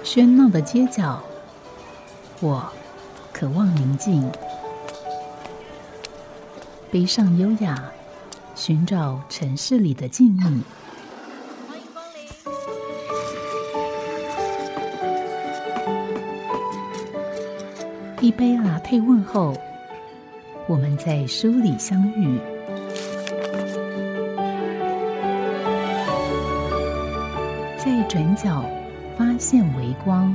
喧闹的街角，我渴望宁静。背上优雅，寻找城市里的静谧。 欢迎光临。 一杯latte问候，我们在书里相遇。在转角发现微光。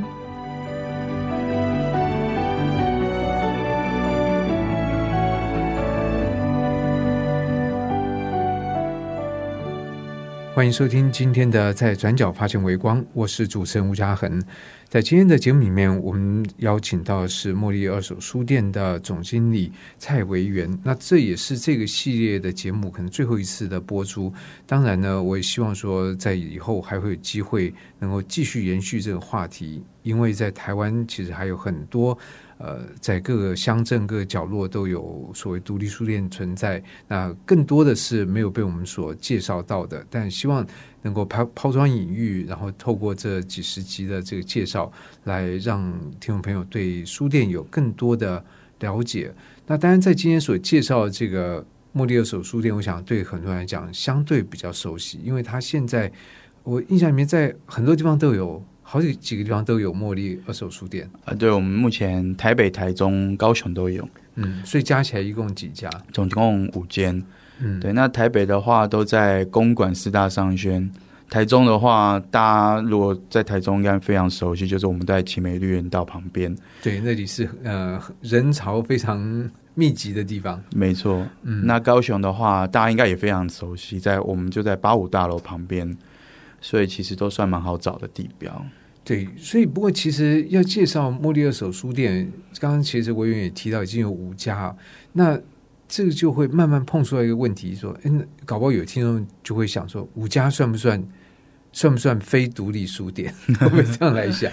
欢迎收听今天的在转角发现微光，我是主持人吴嘉恒。在今天的节目里面，我们邀请到的是茉莉二手书店的总经理蔡维元。那这也是这个系列的节目可能最后一次的播出。当然呢，我也希望说在以后还会有机会能够继续延续这个话题，因为在台湾其实还有很多在各个乡镇各个角落都有所谓独立书店存在，那更多的是没有被我们所介绍到的，但希望能够抛砖引玉，然后透过这几十集的这个介绍来让听众朋友对书店有更多的了解。那当然在今天所介绍的这个茉莉二手书店，我想对很多人来讲相对比较熟悉，因为它现在我印象里面在很多地方都有，好几个地方都有茉莉二手书店。 对，我们目前台北、台中、高雄都有。 所以加起来一共几家？ 总共5间。对，那台北的话都在公馆4大商圈，台中的话大家如果在台中应该非常熟悉，就是我们在奇美绿园道旁边。 对，那里是人潮非常密集的地方。没错。那高雄的话大家应该也非常熟悉，我们就在85大楼旁边，所以其实都算蛮好找的地标。 对，所以不过其实要介绍茉莉二手书店，刚刚其实维元也提到已经有5家，那这个就会慢慢碰出来一个问题，说搞不好有听众就会想说5家算不算非独立书店？会不会这样来想？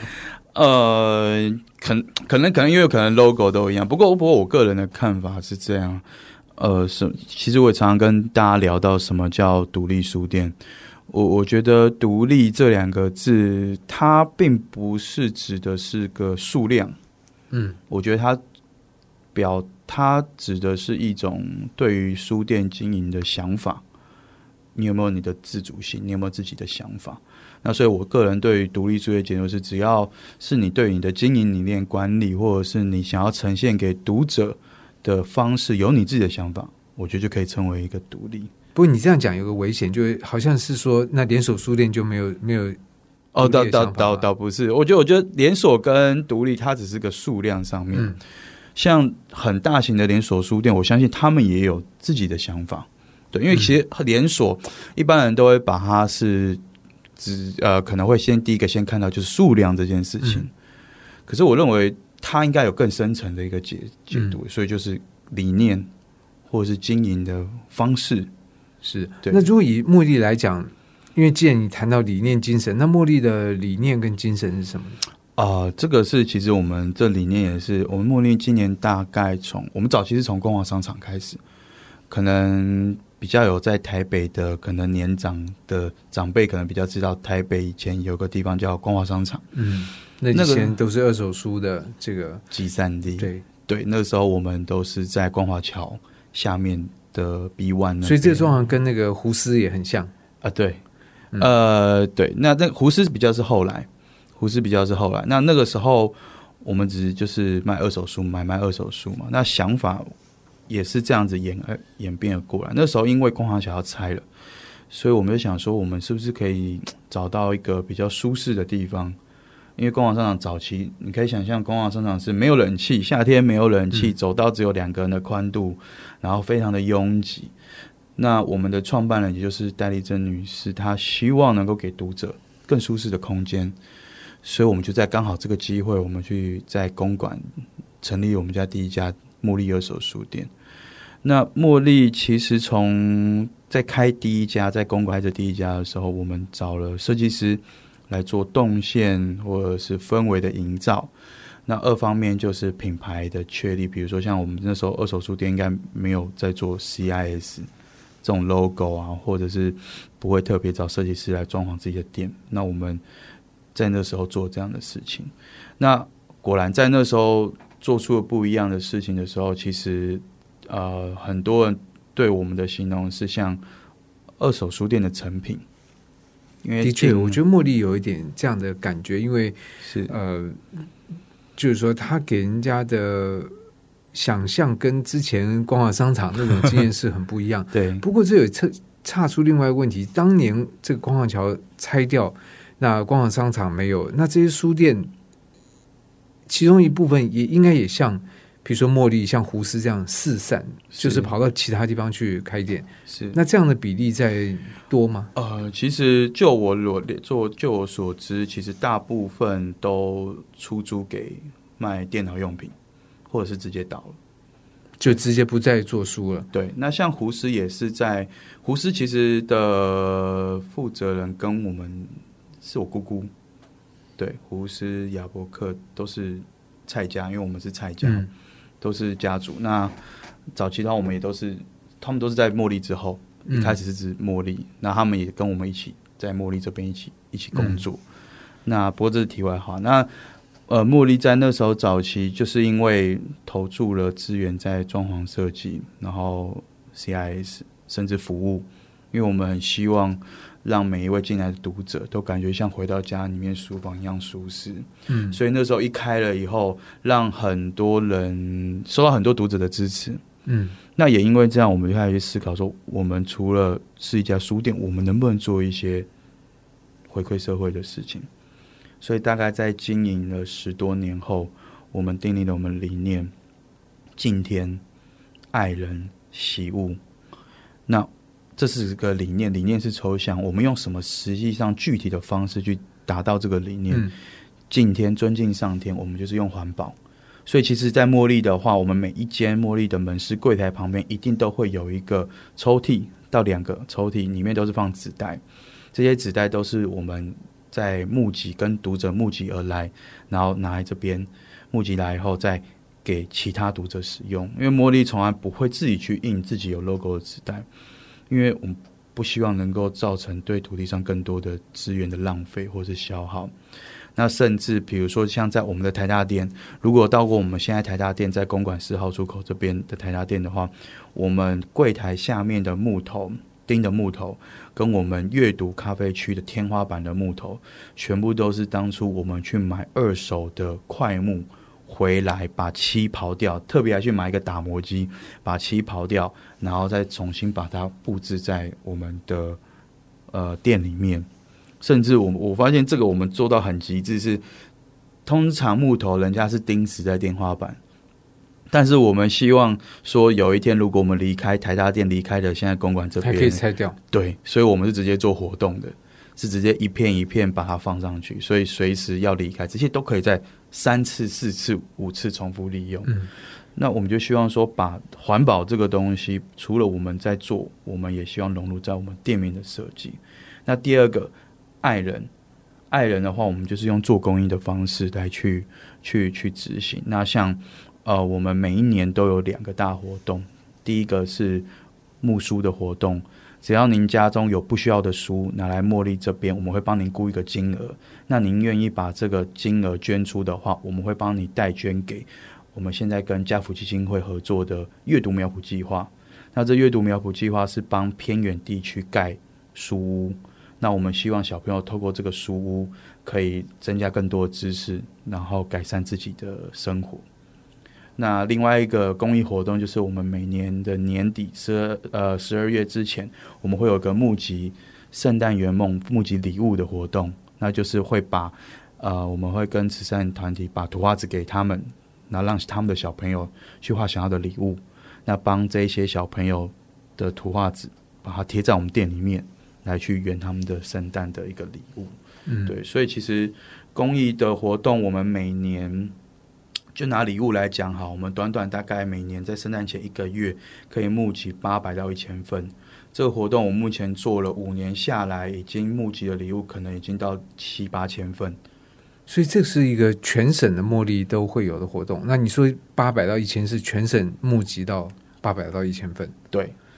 可能因为可能 logo 都一样，不过我个人的看法是这样。其实我也常常跟大家聊到什么叫独立书店。我觉得独立这2个字它并不是指的是个数量。我觉得它指的是一种对于书店经营的想法。你有没有你的自主性？你有没有自己的想法？那所以我个人对于独立书店解读是，只要是你对你的经营理念管理，或者是你想要呈现给读者的方式有你自己的想法，我觉得就可以称为一个独立。 不过你这样讲有个危险，就好像是说那连锁书店就没有倒不是。我觉得连锁跟独立它只是个数量上面。像很大型的连锁书店，我相信他们也有自己的想法。对，因为其实连锁一般人都会把它是可能会第一个先看到就是数量这件事情。可是我认为它应该有更深层的一个解读，所以就是理念或者是经营的方式。 是，那如果以茉莉来讲，因为既然你谈到理念精神，那茉莉的理念跟精神是什么？ 这个是其实我们这理念也是我们茉莉今年大概我们早期是从光华商场开始，可能比较有在台北的可能年长的长辈可能比较知道，台北以前有个地方叫光华商场。 那以前都是二手书的这个集散地。对，那个时候我们都是在光华桥下面的 B1 所以这个状况跟那个胡思也很像对。对，那胡思比较是后来，那个时候我们只是就是卖二手书，买卖二手书嘛，那想法也是这样子演变而过来。那时候因为光华桥要拆了，所以我们就想说我们是不是可以找到一个比较舒适的地方。因为光华商场早期你可以想象，光华商场是没有冷气，夏天没有冷气，走道只有2个人的宽度，然后非常的拥挤。那我们的创办人也就是戴丽珍女士，她希望能够给读者更舒适的空间，所以我们就在刚好这个机会，我们去在公馆成立我们家第一家茉莉二手书店。那茉莉其实从在开第一家，在公馆开的第一家的时候，我们找了设计师来做动线或者是氛围的营造。那2方面就是品牌的确立，比如说像我们那时候二手书店应该没有在做 CIS 这种 logo 啊，或者是不会特别找设计师来装潢自己的店。那我们在那时候做这样的事情。那果然在那时候做出了不一样的事情的时候，其实很多人对我们的形容是像二手书店的成品。因为的确，我觉得茉莉有一点这样的感觉，因为是就是说他给人家的想象跟之前光华商场那种经验是很不一样。 对， 不过这有岔出另外一个问题，当年这个光华桥拆掉，那光华商场没有，那这些书店其中一部分也应该也像比如说茉莉像胡适这样四散，就是跑到其他地方去开店。 是， 那这样的比例在多吗？ 其实就我所知，其实大部分都出租给卖电脑用品，或者是直接倒了， 就直接不再做书了。 对，那像胡适也是在胡适其实的负责人跟我们是我姑姑，对，胡适、亚伯克都是蔡家，因为我们是蔡家。都是家族。那早期的话，我们也都是，他们都是在茉莉之后，一开始是指茉莉，那他们也跟我们一起在茉莉这边一起工作。那不过这是题外话。那茉莉在那时候早期，就是因为投注了资源在装潢设计，然后 CIS 甚至服务，因为我们很希望让每一位进来的读者都感觉像回到家里面书房一样舒适。所以那时候一开了以后，让很多人收到很多读者的支持。那也因为这样，我们就开始去思考说，我们除了是一家书店，我们能不能做一些回馈社会的事情？所以大概在经营了10多年后，我们订立了我们理念：敬天、爱人、惜物。那这是个理念，理念是抽象，我们用什么实际上具体的方式去达到这个理念？敬天，尊敬上天，我们就是用环保。所以其实在茉莉的话，我们每一间茉莉的门市柜台旁边一定都会有一个抽屉到2个抽屉，里面都是放纸袋，这些纸袋都是我们在募集，跟读者募集而来，然后拿来这边募集来以后再给其他读者使用。因为茉莉从来不会自己去印自己有 logo 的纸袋，因为我们不希望能够造成对土地上更多的资源的浪费或是消耗。那甚至比如说像在我们的台大店，如果到过我们现在台大店在公馆4号出口这边的台大店的话，我们柜台下面的木头钉的木头跟我们阅读咖啡区的天花板的木头，全部都是当初我们去买2手的块木回来把漆刨掉，特别还去买一个打磨机把漆刨掉，然后再重新把它布置在我们的店里面。甚至我发现这个我们做到很极致，是通常木头人家是钉死在天花板，但是我们希望说有一天如果我们离开台大店，离开了现在公馆这边， 还可以拆掉。 对，所以我们是直接做活动的，是直接一片一片把它放上去，所以随时要离开这些都可以在3次、4次、5次重复利用。那我们就希望说把环保这个东西除了我们在做，我们也希望融入在我们店面的设计。那第二个爱人的话，我们就是用做公益的方式来去执行。那像我们每一年都有2个大活动，第一个是募书的活动，只要您家中有不需要的书拿来茉莉这边，我们会帮您估一个金额，那您愿意把这个金额捐出的话，我们会帮你代捐给我们现在跟家福基金会合作的阅读苗圃计划。那这阅读苗圃计划是帮偏远地区盖书屋，那我们希望小朋友透过这个书屋可以增加更多的知识，然后改善自己的生活。那另外一个公益活动就是我们每年的年底12月之前，我们会有个募集圣诞圆梦募集礼物的活动，那就是会把我们会跟慈善团体把图画纸给他们，那让他们的小朋友去画想要的礼物，那帮这些小朋友的图画纸把它贴在我们店里面，来去圆他们的圣诞的一个礼物。对，所以其实公益的活动我们每年就拿礼物来讲好，我们短短大概每年在圣诞前1个月可以募集800到1000份。这个活动我目前做了5年下来，已经募集的礼物可能已经到7、8千份。 所以这是一个全省的茉莉都会有的活动。那你说800到1000是全省募集到800到1000份？ 对。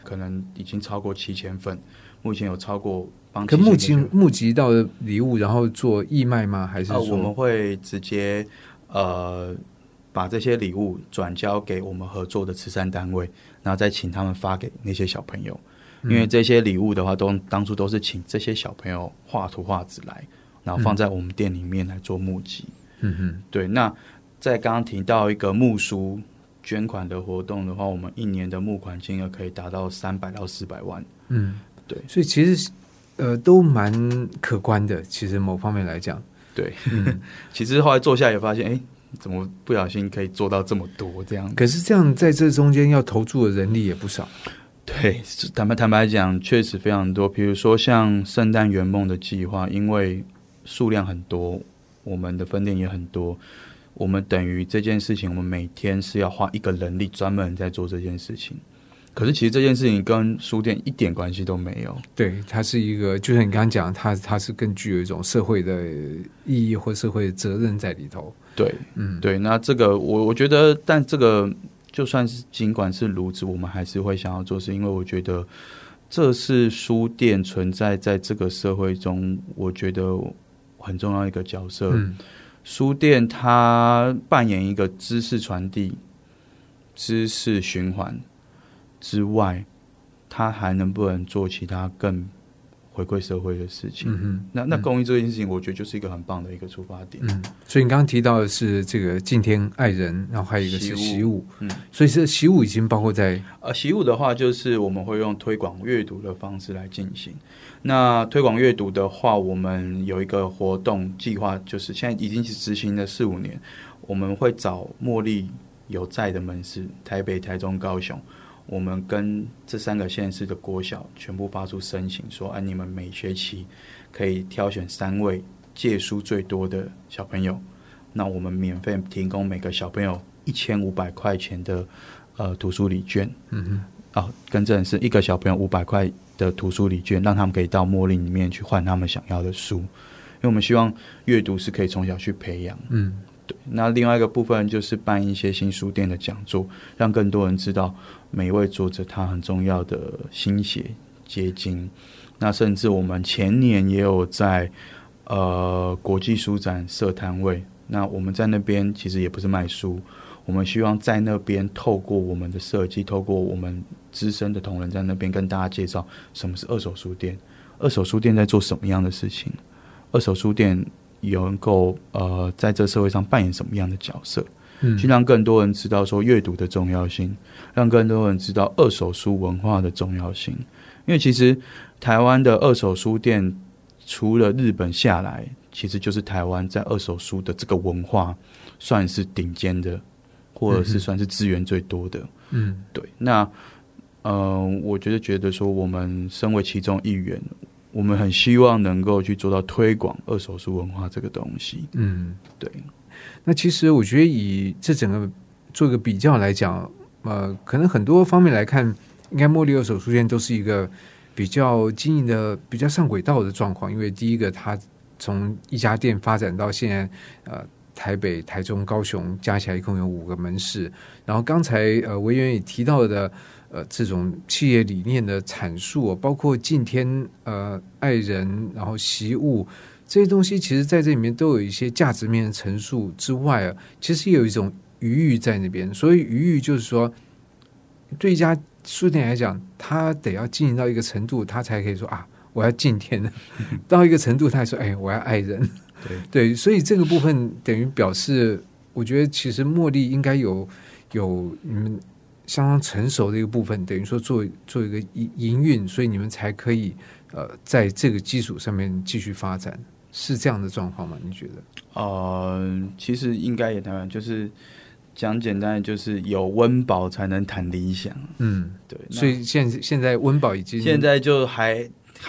可能已经超过7000份，目前有超过帮可募集到的礼物，然后做义卖吗？还是说我们会直接把这些礼物转交给我们合作的慈善单位，然后再请他们发给那些小朋友。因为这些礼物的话，当初都是请这些小朋友画图画纸来，然后放在我们店里面来做募集。对。那在刚刚提到一个募书捐款的活动的话，我们一年的募款金额可以达到300到400万。对。 所以其实都蛮可观的。其实某方面来讲， 对。其实后来做下也发现，怎么不小心可以做到这么多这样？ 可是这样在这中间要投注的人力也不少。 对，坦白讲，确实非常多。比如说像圣诞圆梦的计划，因为数量很多，我们的分店也很多，我们等于这件事情，我们每天是要花一个人力专门在做这件事情。可是其实这件事情跟书店一点关系都没有。对， 它是一个，就像你刚刚讲，它是更具有一种社会的意义或社会的责任在里头。 对，对。那这个我觉得，但这个就算是尽管是如此，我们还是会想要做，是因为我觉得这是书店存在在这个社会中，我觉得很重要一个角色。书店它扮演一个知识传递、知识循环之外，它还能不能做其他更回馈社会的事情？那公益这件事情，我觉得就是一个很棒的一个出发点。 所以你刚刚提到的是这个敬天爱人，然后还有一个是习物。所以这习物已经包括在习物的话，就是我们会用推广阅读的方式来进行。那推广阅读的话，我们有一个活动计划，就是现在已经执行了4-5年，我们会找茉莉有在的门市，台北、台中、高雄。我们跟这3个县市的国小全部发出申请，说你们每学期可以挑选3位借书最多的小朋友，那我们免费提供每个小朋友1500块钱的图书礼券。更正是一个小朋友500块的图书礼券，让他们可以到茉莉里面去换他们想要的书，因为我们希望阅读是可以从小去培养。对，那另外一个部分就是办一些新书店的讲座，让更多人知道每一位作者他很重要的心血结晶。那甚至我们前年也有在国际书展设摊位，那我们在那边其实也不是卖书，我们希望在那边透过我们的设计，透过我们资深的同仁在那边跟大家介绍什么是二手书店，二手书店在做什么样的事情，二手书店能够在这社会上扮演什么样的角色，去让更多人知道说阅读的重要性，让更多人知道二手书文化的重要性。因为其实台湾的二手书店除了日本下来，其实就是台湾在二手书的这个文化算是顶尖的，或者是算是资源最多的。对。那我觉得说我们身为其中一员，我们很希望能够去做到推广二手书文化这个东西。对。 那其实我觉得以这整个做一个比较来讲，可能很多方面来看，应该茉莉二手书店都是一个比较经营的比较上轨道的状况。因为第一个，它从一家店发展到现在，台北、台中、高雄加起来一共有5个门市。然后刚才委员也提到的，这种企业理念的阐述，包括敬天、爱人，然后习物。这些东西其实在这里面都有一些价值面的陈述之外，其实也有一种余裕在那边。所以余裕就是说，对一家书店来讲，他得要经营到一个程度，他才可以说我要敬天的。到一个程度，他还说我要爱人。对，所以这个部分等于表示，我觉得其实茉莉应该有你们相当成熟的一个部分，等于说做一个营运，所以你们才可以在这个基础上面继续发展。是这样的状况吗？你觉得？ 其实应该也当然就是讲简单的，就是有温饱才能谈理想。对。 所以现在温饱已经现在就还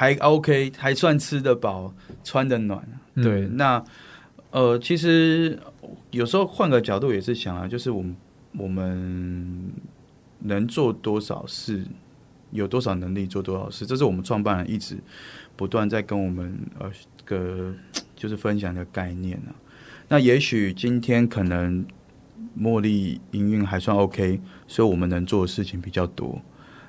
OK， 还算吃得饱，穿得暖。对。那其实有时候换个角度也是想就是我们能做多少事，有多少能力做多少事，这是我们创办人一直不断在跟我们就是分享的概念。那也许今天可能茉莉营运还算 OK， 所以我们能做的事情比较多。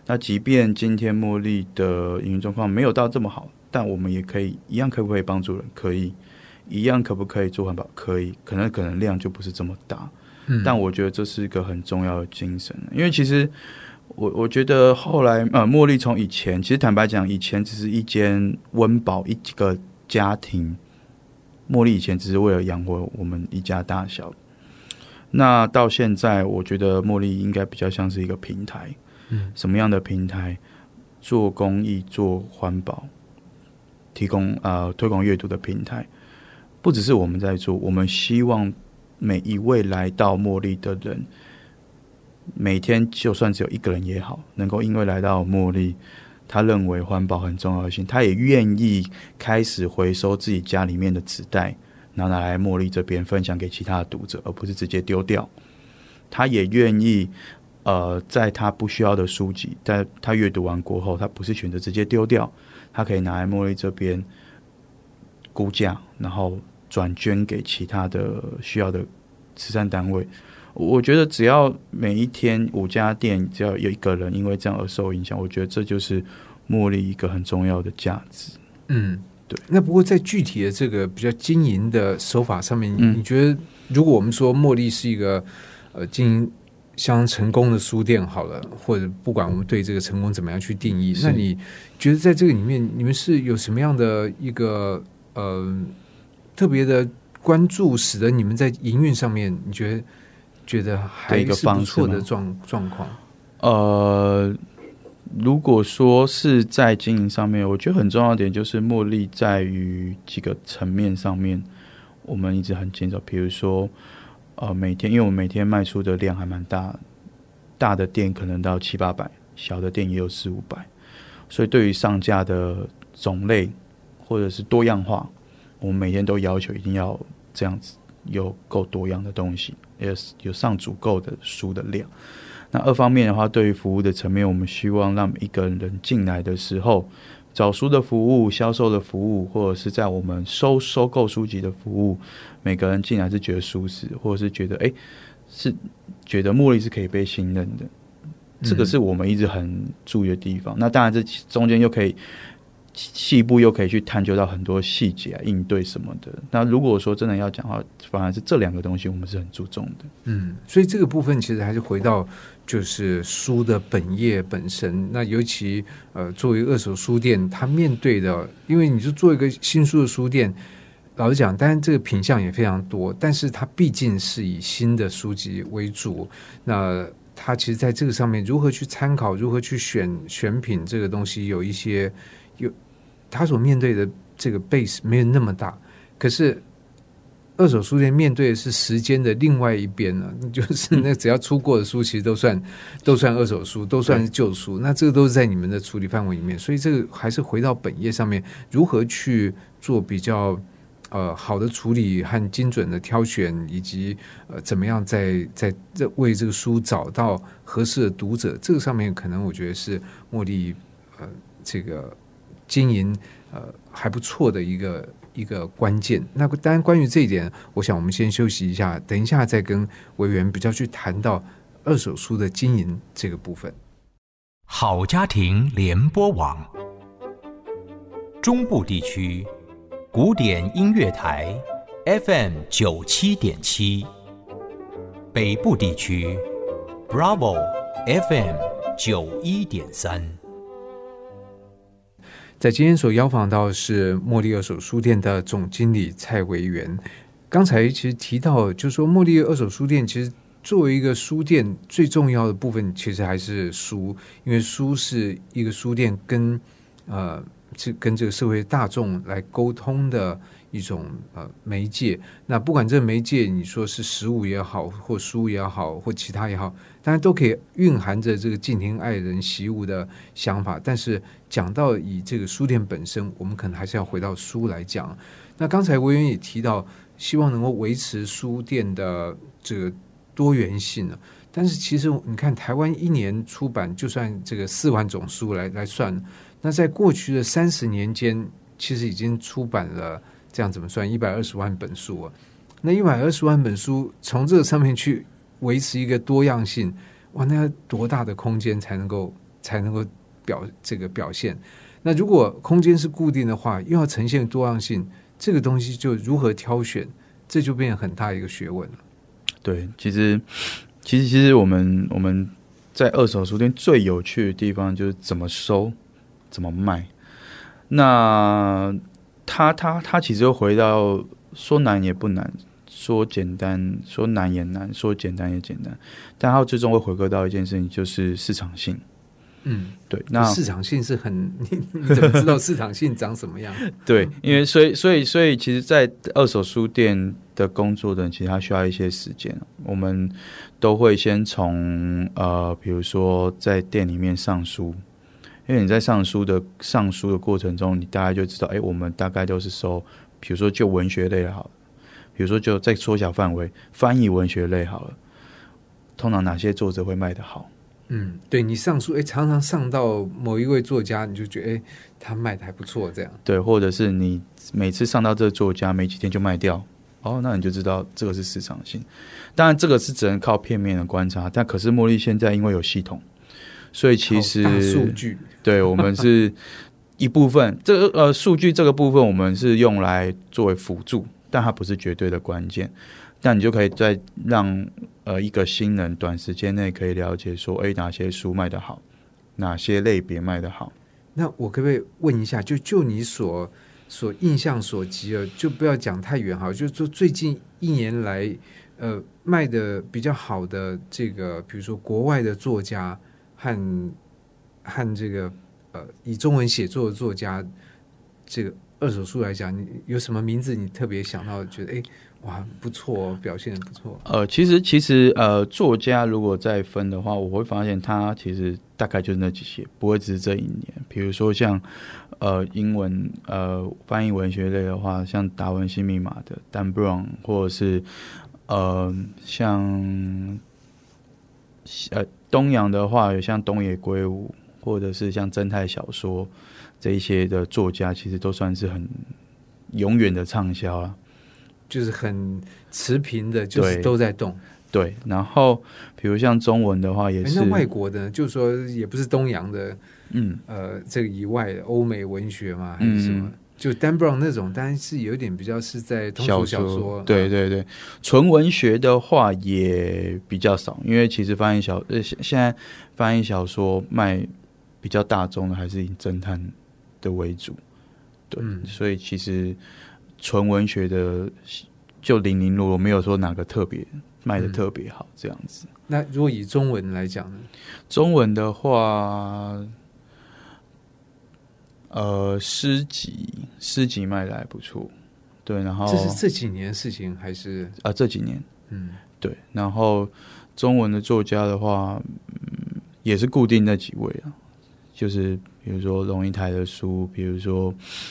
那即便今天茉莉的营运状况没有到这么好，但我们也可以一样，可不可以帮助人？可以。一样可不可以做环保？可以，可能量就不是这么大，但我觉得这是一个很重要的精神。因为其实我觉得后来茉莉从以前，其实坦白讲，以前只是一间温饱一个家庭，茉莉以前只是为了养活我们一家大小。那到现在，我觉得茉莉应该比较像是一个平台，什么样的平台？做公益、做环保，提供推广阅读的平台。不只是我们在做，我们希望每一位来到茉莉的人，每天就算只有一个人也好，能够因为来到茉莉，他认为环保很重要性，他也愿意开始回收自己家里面的纸袋，然后拿来茉莉这边分享给其他的读者，而不是直接丢掉。他也愿意在他不需要的书籍，在他阅读完过后，他不是选择直接丢掉，他可以拿来茉莉这边估价，然后转捐给其他的需要的慈善单位。我觉得只要每一天5家店，只要有一个人因为这样而受影响，我觉得这就是茉莉一个很重要的价值。对。 那不过在具体的这个比较经营的手法上面，你觉得如果我们说茉莉是一个经营相当成功的书店好了，或者不管我们对这个成功怎么样去定义，那你觉得在这个里面，你们是有什么样的一个特别的关注，使得你们在营运上面，你觉得还是不错的状况？ 如果说是在经营上面，我觉得很重要的点就是茉莉在于几个层面上面，我们一直很坚守。比如说，每天，因为我们每天卖出的量还蛮大，大的店可能到700-800，小的店也有400-500，所以对于上架的种类或者是多样化，我们每天都要求一定要这样子，有够多样的东西，也有上足够的书的量。那二方面的话，对于服务的层面，我们希望让每一个人进来的时候，找书的服务、销售的服务，或者是在我们收购书籍的服务，每个人进来是觉得舒适，或者是觉得是觉得茉莉是可以被信任的，这个是我们一直很注意的地方。那当然，这中间又可以细部又可以去探究到很多细节啊、应对什么的。那如果说真的要讲的话，反而是这2个东西我们是很注重的。 所以这个部分其实还是回到就是书的本业本身。那尤其作为二手书店，它面对的，因为你就做一个新书的书店，老实讲，当然这个品项也非常多，但是它毕竟是以新的书籍为主。那它其实在这个上面如何去参考，如何去选品，这个东西有一些他所面对的这个 base 没有那么大，可是二手书店面对的是时间的另外一边呢，就是那只要出过的书，其实都算二手书，都算是旧书。那这个都是在你们的处理范围里面，所以这个还是回到本业上面，如何去做比较好的处理和精准的挑选，以及怎么样在为这个书找到合适的读者，这个上面可能我觉得是茉莉这个经营还不错的一个关键。那当然关于这一点，我想我们先休息一下，等一下再跟委员比较去谈到二手书的经营这个部分。 好家庭联播网，中部地区古典音乐台 FM97.7， 北部地区 Bravo FM91.3。 在今天所邀访到的是茉莉二手书店的总经理蔡维元。刚才其实提到，就是说茉莉二手书店其实作为一个书店最重要的部分，其实还是书，因为书是一个书店跟这个社会大众来沟通的一种媒介。那不管这个媒介你说是食物也好，或书也好，或其他也好，当然都可以蕴含着这个敬天爱人习物的想法。但是讲到以这个书店本身，我们可能还是要回到书来讲。那刚才委员也提到，希望能够维持书店的这个多元性。但是其实你看，台湾一年出版就算这个4万种书来算，那在过去的30年间，其实已经出版了这样怎么算120万本书啊？那120万本书从这个上面去维持一个多样性，哇，那多大的空间才能够才能够表现。那如果空间是固定的话，又要呈现多样性，这个东西就如何挑选，这就变成很大一个学问了。 对，其实我们在二手书店最有趣的地方就是怎么收，怎么卖。那它其实又回到说难也不难，说简单说难也难，说简单也简单，但它最终会回归到一件事情，就是市场性。对，那市场性是很你怎么知道市场性长什么样？ 对，因为所以其实，在二手书店的工作的人，其实他需要一些时间。我们都会先从比如说在店里面上书，因为你在上书的过程中，你大概就知道，我们大概都是收，比如说就文学类好了，比如说就再缩小范围，翻译文学类好了，通常哪些作者会卖得好？ 对，你上书，常常上到某一位作家，你就觉得他卖的还不错，这样。 对，或者是你每次上到这个作家，没几天就卖掉，那你就知道这个是市场性。当然，这个是只能靠片面的观察，但可是茉莉现在因为有系统，所以其实大数据， 对我们是一部分。这个数据这个部分，我们是用来作为辅助，但它不是绝对的关键。那你就可以再让一个新人短时间内可以了解说，哪些书卖得好，哪些类别卖得好。 那我可不可以问一下，就你所印象所及了，就不要讲太远好，就是说最近1年来，卖的比较好的这个，比如说国外的作家和这个以中文写作的作家，这个二手书来讲，你有什么名字你特别想到，觉得哇不错表现得不错？ 其实作家如果再分的话，我会发现他其实大概就是那几些，不会只是这1年。比如说像英文翻译文学类的话，像达文西密码的 Dan Brown， 或者是像东洋的话，有像东野圭吾，或者是像侦探小说这一些的作家，其实都算是很永远的畅销啦。 就是很持平的，就是都在动。 对，然后比如像中文的话也是。 那外国的，就是说也不是东洋的，这个以外的欧美文学嘛，还是什么？就 Dan Brown 那种，当然是有点比较是在通俗小说。 对对对，纯文学的话也比较少，因为其实现在翻译小说卖比较大众的还是以侦探的为主。对，所以其实。纯文学的就零零落落，没有说哪个特别卖的特别好这样子。 那如果以中文来讲呢？ 中文的话，诗集卖的还不错。对，然后这是这几年的事情还是这几年？对。然后中文的作家的话，也是固定那几位啊，就是比如说龙应台的书，比如说。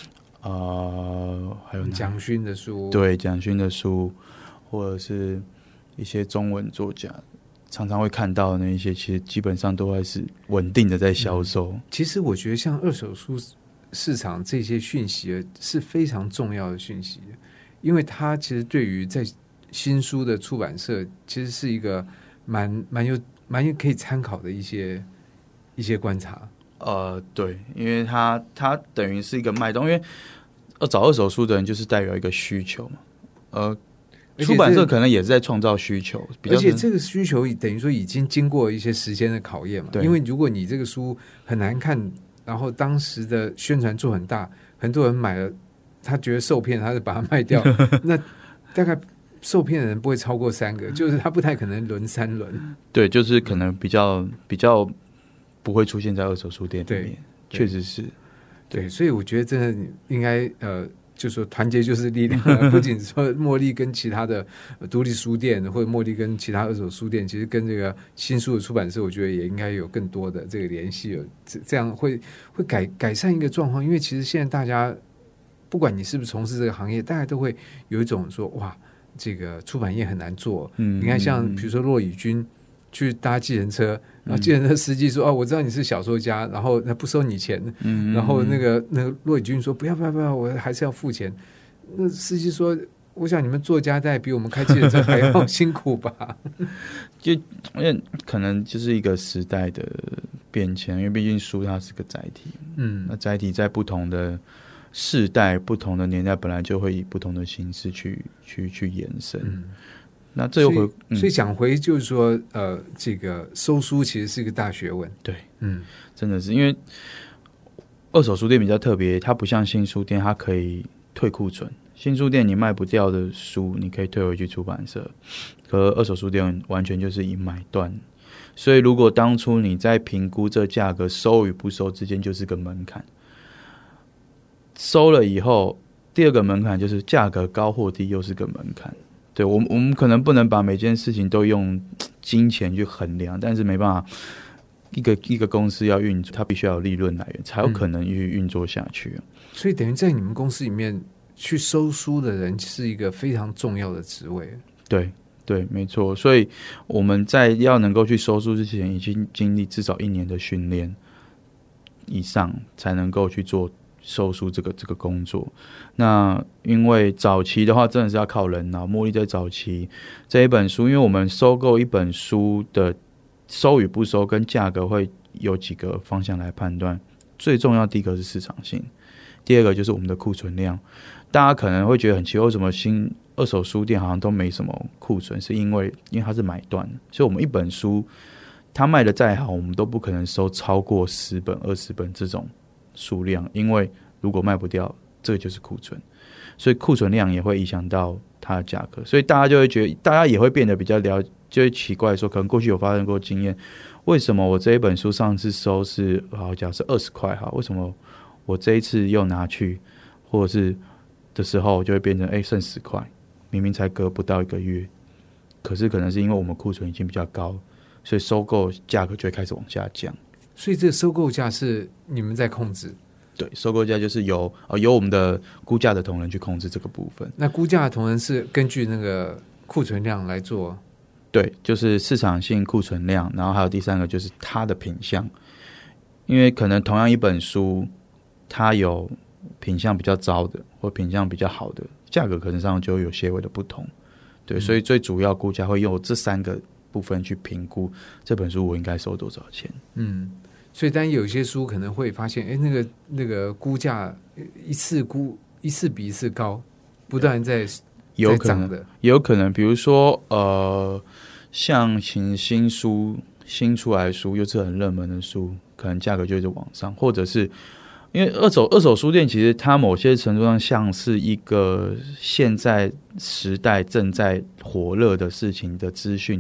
还有蒋勋的书， 对，蒋勋的书，或者是一些中文作家常常会看到的那一些，其实基本上都还是稳定的在销售。 其实我觉得像二手书市场这些讯息是非常重要的讯息，因为它其实对于在新书的出版社，其实是一个蛮有可以参考的一些观察。 对，因为它等于是一个脉动，因为找二手书的人就是代表一个需求嘛，出版社可能也是在创造需求， 而且这个需求等于说已经经过一些时间的考验嘛。因为如果你这个书很难看，然后当时的宣传做很大，很多人买了，他觉得受骗，他就把它卖掉，那大概受骗的人不会超过3个，就是他不太可能轮3轮。对， 就是可能比较不会出现在二手书店里面，确实是。 对，所以我觉得真的应该就说团结就是力量，不仅说茉莉跟其他的独立书店，或者茉莉跟其他二手书店，其实跟这个新书的出版社，我觉得也应该有更多的这个联系，这样会改善一个状况。因为其实现在大家不管你是不是从事这个行业，大家都会有一种说哇，这个出版业很难做。你看像比如说骆以军去搭计程车，然后计程车司机说：“我知道你是小说家，然后他不收你钱。”然后那个骆以军说：“不要，我还是要付钱。”那司机说：“ 我想你们作家在比我们开记者证还要辛苦吧？ 就因为可能就是一个时代的变迁，因为毕竟书它是个载体，那载体在不同的世代、不同的年代，本来就会以不同的形式去延伸。那这又所以讲回就是说，这个收书其实是一个大学问。 对，真的是因为二手书店比较特别，它不像新书店，它可以退库存。新书店你卖不掉的书，你可以退回去出版社，可二手书店完全就是以买断。所以如果当初你在评估这价格收与不收之间，就是个门槛。收了以后，第二个门槛就是价格高或低，又是个门槛。对，我们可能不能把每件事情都用金钱去衡量，但是没办法，一个公司要运作，它必须要有利润来源，才有可能去运作下去。 所以等于在你们公司里面，去收书的人是一个非常重要的职位。 对，没错。所以我们在要能够去收书之前，已经经历至少1年的训练以上，才能够去做收书这个工作。那因为早期的话，真的是要靠人脑。茉莉在早期这一本书，因为我们收购一本书的收与不收跟价格会有几个方向来判断。最重要第一个是市场性，第二个就是我们的库存量。大家可能会觉得很奇怪，为什么新二手书店好像都没什么库存？是因为它是买断，所以我们一本书它卖的再好，我们都不可能收超过10本、20本这种数量，因为如果卖不掉，这个就是库存，所以库存量也会影响到它的价格，所以大家就会觉得，大家也会变得比较就会奇怪说，可能过去有发生过经验，为什么我这一本书上次收是好假设20块哈，为什么我这一次又拿去或者是的时候就会变成剩10块，明明才隔不到1个月，可是可能是因为我们库存已经比较高，所以收购价格就会开始往下降。 所以这个收购价是你们在控制？ 对，收购价就是由我们的估价的同仁去控制这个部分。 那估价的同仁是根据那个库存量来做？ 对，就是市场性库存量，然后还有第三个就是它的品项，因为可能同样一本书，它有品项比较糟的或品项比较好的，价格可能上就会有些微的不同。对，所以最主要估价会用这3个部分去评估这本书我应该收多少钱。 所以当然有些书可能会发现，那个估价一次比一次高，不断在涨的， 也有可能，比如说像新书新出来的书，又是很热门的书，可能价格就一直往上，或者是因为二手书店其实它某些程度上像是一个现在时代正在火热的事情的资讯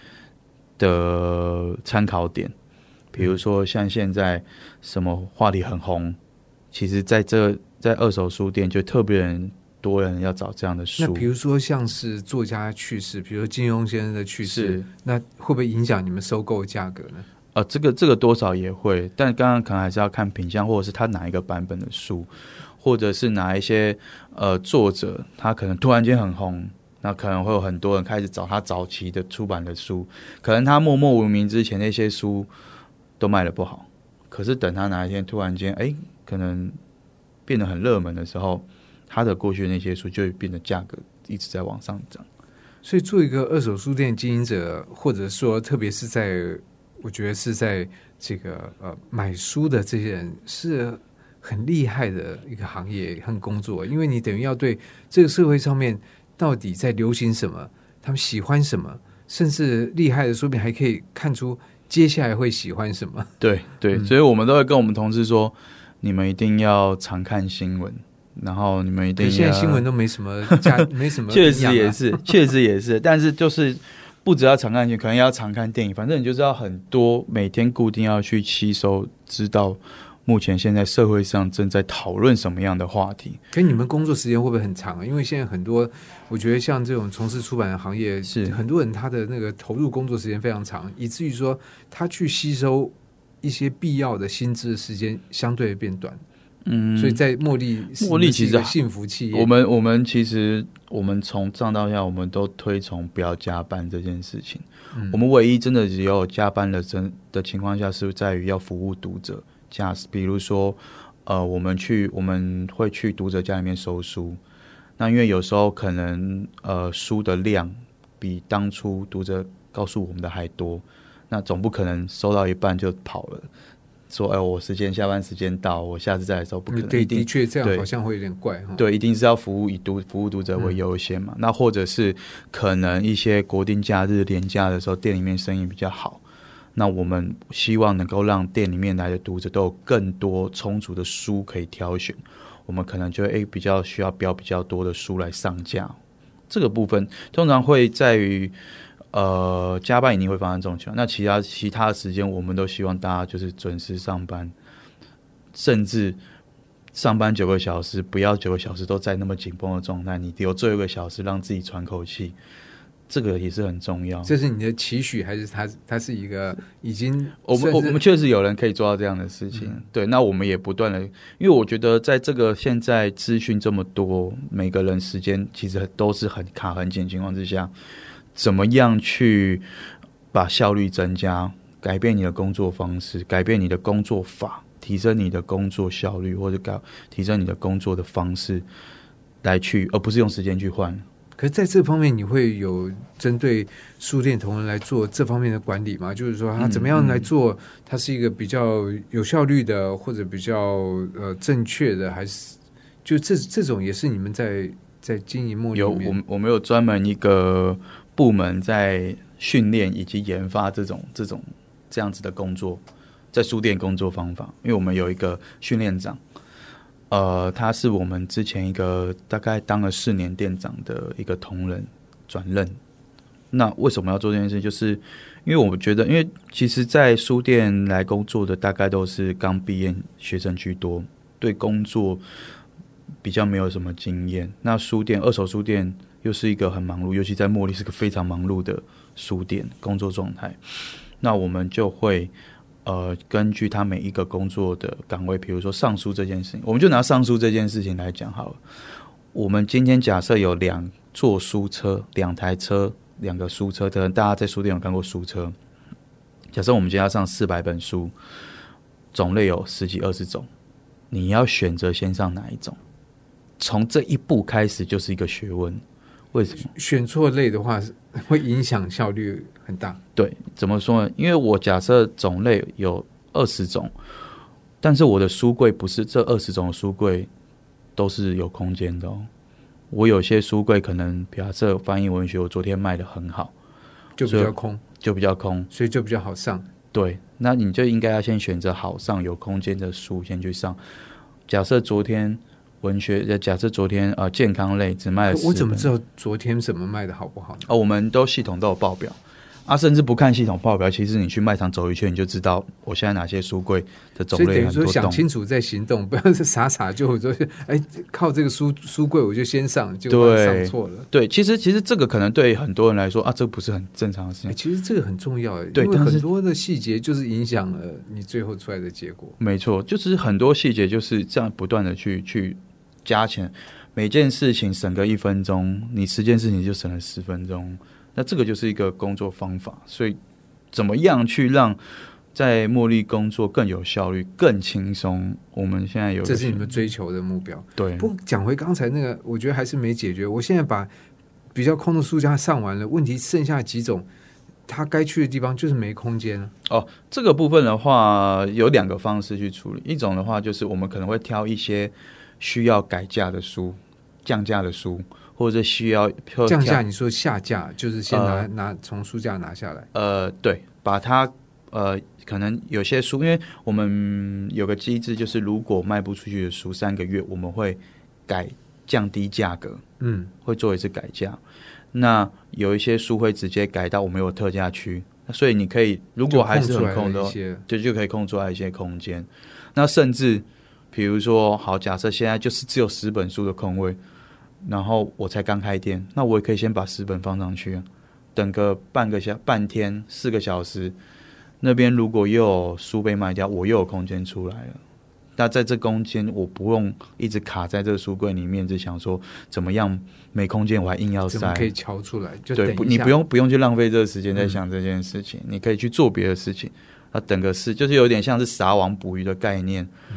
的参考点。比如说像现在什么话题很红，其实在二手书店就特别多人要找这样的书。 那比如说像是作家去世，比如说金庸先生的去世，那会不会影响你们收购价格呢？ 这个多少也会，但刚刚可能还是要看品相，或者是他哪一个版本的书，或者是哪一些作者他可能突然间很红，那可能会有很多人开始找他早期的出版的书，可能他默默无名之前那些书都卖得不好，可是等他哪一天突然间可能变得很热门的时候，他的过去的那些书就会变得价格一直在往上涨。 所以做一个二手书店经营者，或者说特别是我觉得是在这个买书的这些人，是很厉害的一个行业和工作，因为你等于要对这个社会上面到底在流行什么，他们喜欢什么，甚至厉害的说不定还可以看出接下来会喜欢什么。 对，所以我们都会跟我们同事说，你们一定要常看新闻，然后你们一定要。 现在新闻都没什么没什么、 确实也是，但是就是不只要常看新闻，可能也要常看电影，反正你就是要很多每天固定要去吸收，知道目前现在社会上正在讨论什么样的话题。 可你们工作时间会不会很长？因为现在很多，我觉得像这种从事出版的行业，是很多人他的那个投入工作时间非常长，以至于说他去吸收一些必要的新知的时间相对变短。所以在茉莉其实幸福企业， 我们其实我们从上到下，我们都推崇不要加班这件事情。我们唯一真的只有加班的情况下，是在于要服务读者。比如说我们会去读者家里面收书， 那因为有时候可能书的量比当初读者告诉我们的还多，那总不可能收到一半就跑了，说我下班时间到，我下次再来收，不可能。 对，的确这样好像会有点怪哈。 对，一定是要服务读者为优先嘛。那或者是可能一些国定假日连假的时候，店里面生意比较好，那我们希望能够让店里面来的读者都有更多充足的书可以挑选，我们可能就会比较需要标比较多的书来上架。这个部分通常会在于加班一定会发生这种情况，那其他的时间我们都希望大家就是准时上班，甚至上班9个小时，不要9个小时都在那么紧绷的状态，你留最后1个小时让自己喘口气，这个也是很重要。 这是你的期许，还是它是一个已经我们确实有人可以做到这样的事情，对。那我们也不断的，因为我觉得在这个现在资讯这么多，每个人时间其实都是很卡很紧的情况之下，怎么样去把效率增加，改变你的工作方式，改变你的工作法，提升你的工作效率，或者提升你的工作的方式来去，而不是用时间去换。 可是在这方面你会有针对书店同仁来做这方面的管理吗？就是说他怎么样来做，它是一个比较有效率的，或者比较正确的，还是就这种也是你们在经营茉莉里面？ 我们有专门一个部门在训练以及研发这样子的工作，在书店工作方法。因为我们有一个训练长，他是我们之前一个大概当了4年店长的一个同仁转任。那为什么要做这件事？就是因为我们觉得，因为其实在书店来工作的大概都是刚毕业学生居多，对工作比较没有什么经验。那二手书店又是一个很忙碌，尤其在茉莉是个非常忙碌的书店工作状态。那我们就会根据他每一个工作的岗位，比如说上书这件事情，我们就拿上书这件事情来讲好了。我们今天假设有2座书车，2台车，2个书车，可能大家在书店有看过书车。假设我们今天要上400本书，种类有10几20种，你要选择先上哪一种？从这一步开始就是一个学问。为什么？ 选错类的话会影响效率很大。 对，怎么说呢？因为我假设种类有20种，但是我的书柜不是这20种的书柜都是有空间的哦。我有些书柜可能假设翻译文学，我昨天卖得很好， 就比较空，所以就比较好上。 对，那你就应该要先选择好上有空间的书先去上。假设昨天文学，假设昨天健康类只卖了10本， 我怎么知道昨天什么卖的好不好呢？ 我们系统都有报表甚至不看系统报表，其实你去卖场走一圈，你就知道我现在哪些书柜的种类很多栋。 所以等于说想清楚再行动，不要是傻就说靠这个书柜我就先上，就上错了。 对，其实这个可能对很多人来说这不是很正常的事情。 其实这个很重要， 对， 因为很多的细节就是影响了你最后出来的结果。 没错，就是很多细节就是这样不断的去加钱，每件事情省个1分钟，你10件事情就省了10分钟。那这个就是一个工作方法，所以怎么样去让在茉莉工作更有效率、更轻松？我们现在这是你们追求的目标。 对。 不过讲回刚才那个，我觉得还是没解决。我现在把比较空的书架上完了，问题剩下几种，它该去的地方就是没空间了。 这个部分的话有2个方式去处理。一种的话就是我们可能会挑一些需要改价的书、降价的书。或者需要降价，你说下架就是先拿从书架拿下来。 对，把它可能有些书，因为我们有个机制，就是如果卖不出去的书3个月，我们会降低价格，会做一次改价。那有一些书会直接改到我们有特价区，所以你可以如果还是很空的，就可以空出来一些空间。那甚至比如说，好，假设现在就是只有10本书的空位。然后我才刚开店，那我也可以先把10本放上去，等个半天4个小时，那边如果又有书被卖掉，我又有空间出来了。那在这空间，我不用一直卡在这个书柜里面，只想说怎么样没空间，我还硬要塞， 怎么可以敲出来？就等一下， 对，你不用去浪费这个时间在想这件事情，你可以去做别的事情。等个就是有点像是撒网捕鱼的概念。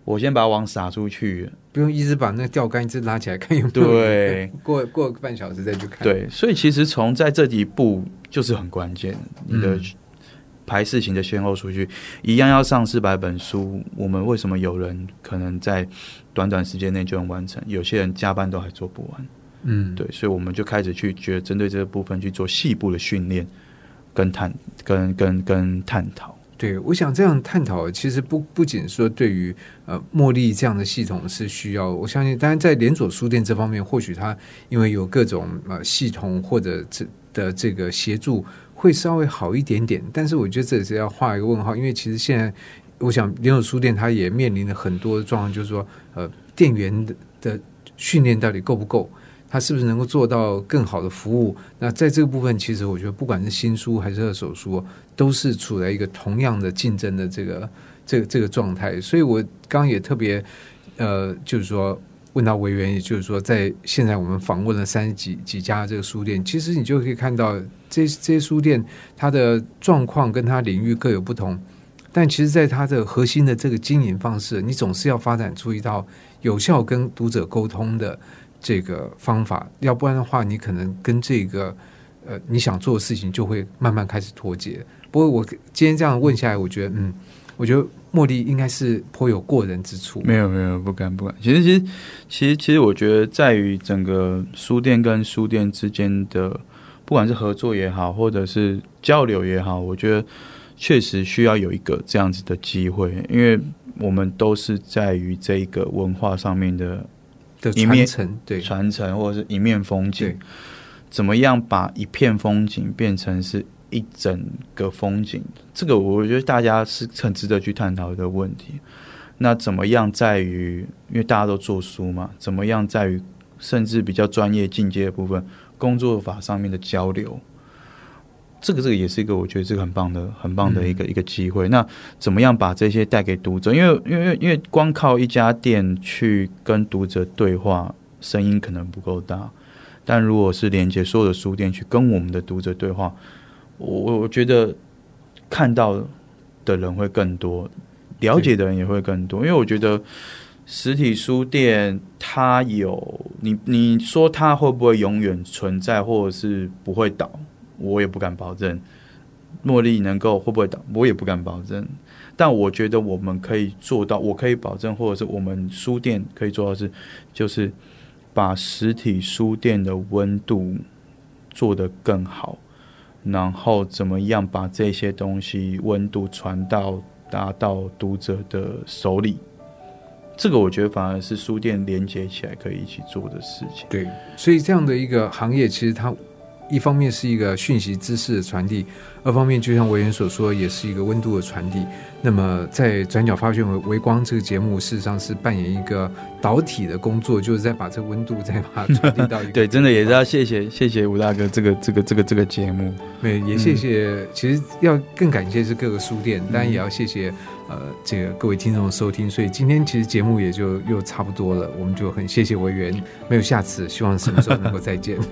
我先把网撒出去， 不用一直把那个钓竿一直拉起来看有没有对， 过半小时再去看。 对，所以其实从在这几步就是很关键，你的排事情的先后顺序一样，要上400本书，我们为什么有人可能在短短时间内就能完成，有些人加班都还做不完。对，所以我们就开始去觉得针对这个部分去做细部的训练跟探讨。 对，我想这样探讨其实不仅说对于茉莉这样的系统是需要，我相信当然在连锁书店这方面，或许它因为有各种系统或者这个协助会稍微好一点点，但是我觉得这也是要画一个问号，因为其实现在我想连锁书店它也面临了很多的状况，就是说店员的训练到底够不够，它是不是能够做到更好的服务。那在这个部分其实我觉得不管是新书还是二手书都是处在一个同样的竞争的这个状态。所以我刚刚也特别就是说问到委员，也就是说在现在我们访问了30几家这个书店，其实你就可以看到这些书店它的状况跟它领域各有不同，但其实在它的核心的这个经营方式，你总是要发展出一套有效跟读者沟通的这个方法，要不然的话你可能跟这个你想做的事情就会慢慢开始脱节。不过我今天这样问下来，我觉得茉莉应该是颇有过人之处。 没有，不敢。其实我觉得在于整个书店跟书店之间的，不管是合作也好，或者是交流也好，我觉得确实需要有一个这样子的机会，因为我们都是在于这一个文化上面的传承，对， 传承或者是一面风景，怎么样把一片风景变成是一整个风景，这个我觉得大家是很值得去探讨的问题。那怎么样在于，因为大家都做书嘛，怎么样在于甚至比较专业进阶的部分，工作法上面的交流，这个也是一个我觉得是个很棒的一个机会。那怎么样把这些带给读者？因为光靠一家店去跟读者对话，声音可能不够大，但如果是连接所有的书店去跟我们的读者对话，我觉得看到的人会更多，了解的人也会更多。因为我觉得实体书店它有你说它会不会永远存在，或者是不会倒，我也不敢保证。茉莉能够会不会倒，我也不敢保证。但我觉得我们可以做到，我可以保证，或者是我们书店可以做到就是把实体书店的温度做得更好，然后怎么样把这些东西温度达到读者的手里，这个我觉得反而是书店连接起来可以一起做的事情。 对，所以这样的一个行业，其实它一方面是一个讯息知识的传递，二方面就像委员所说，也是一个温度的传递。那么在转角发现微光这个节目，事实上是扮演一个导体的工作，就是在把这个温度再把它传递到一个对，真的也是要谢谢吴大哥这个节目。 对，也谢谢，其实要更感谢是各个书店，当然也要谢谢这个各位听众的收听。所以今天其实节目也就又差不多了，我们就很谢谢委员，没有下次，希望什么时候能够再见。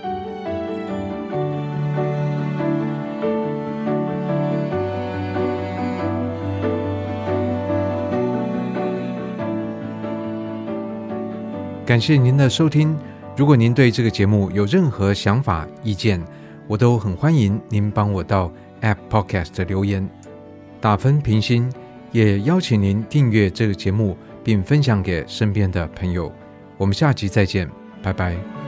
感谢您的收听。如果您对这个节目有任何想法、意见，我都很欢迎您帮我到 App Podcast 留言、打分、评星，也邀请您订阅这个节目，并分享给身边的朋友。我们下集再见，拜拜。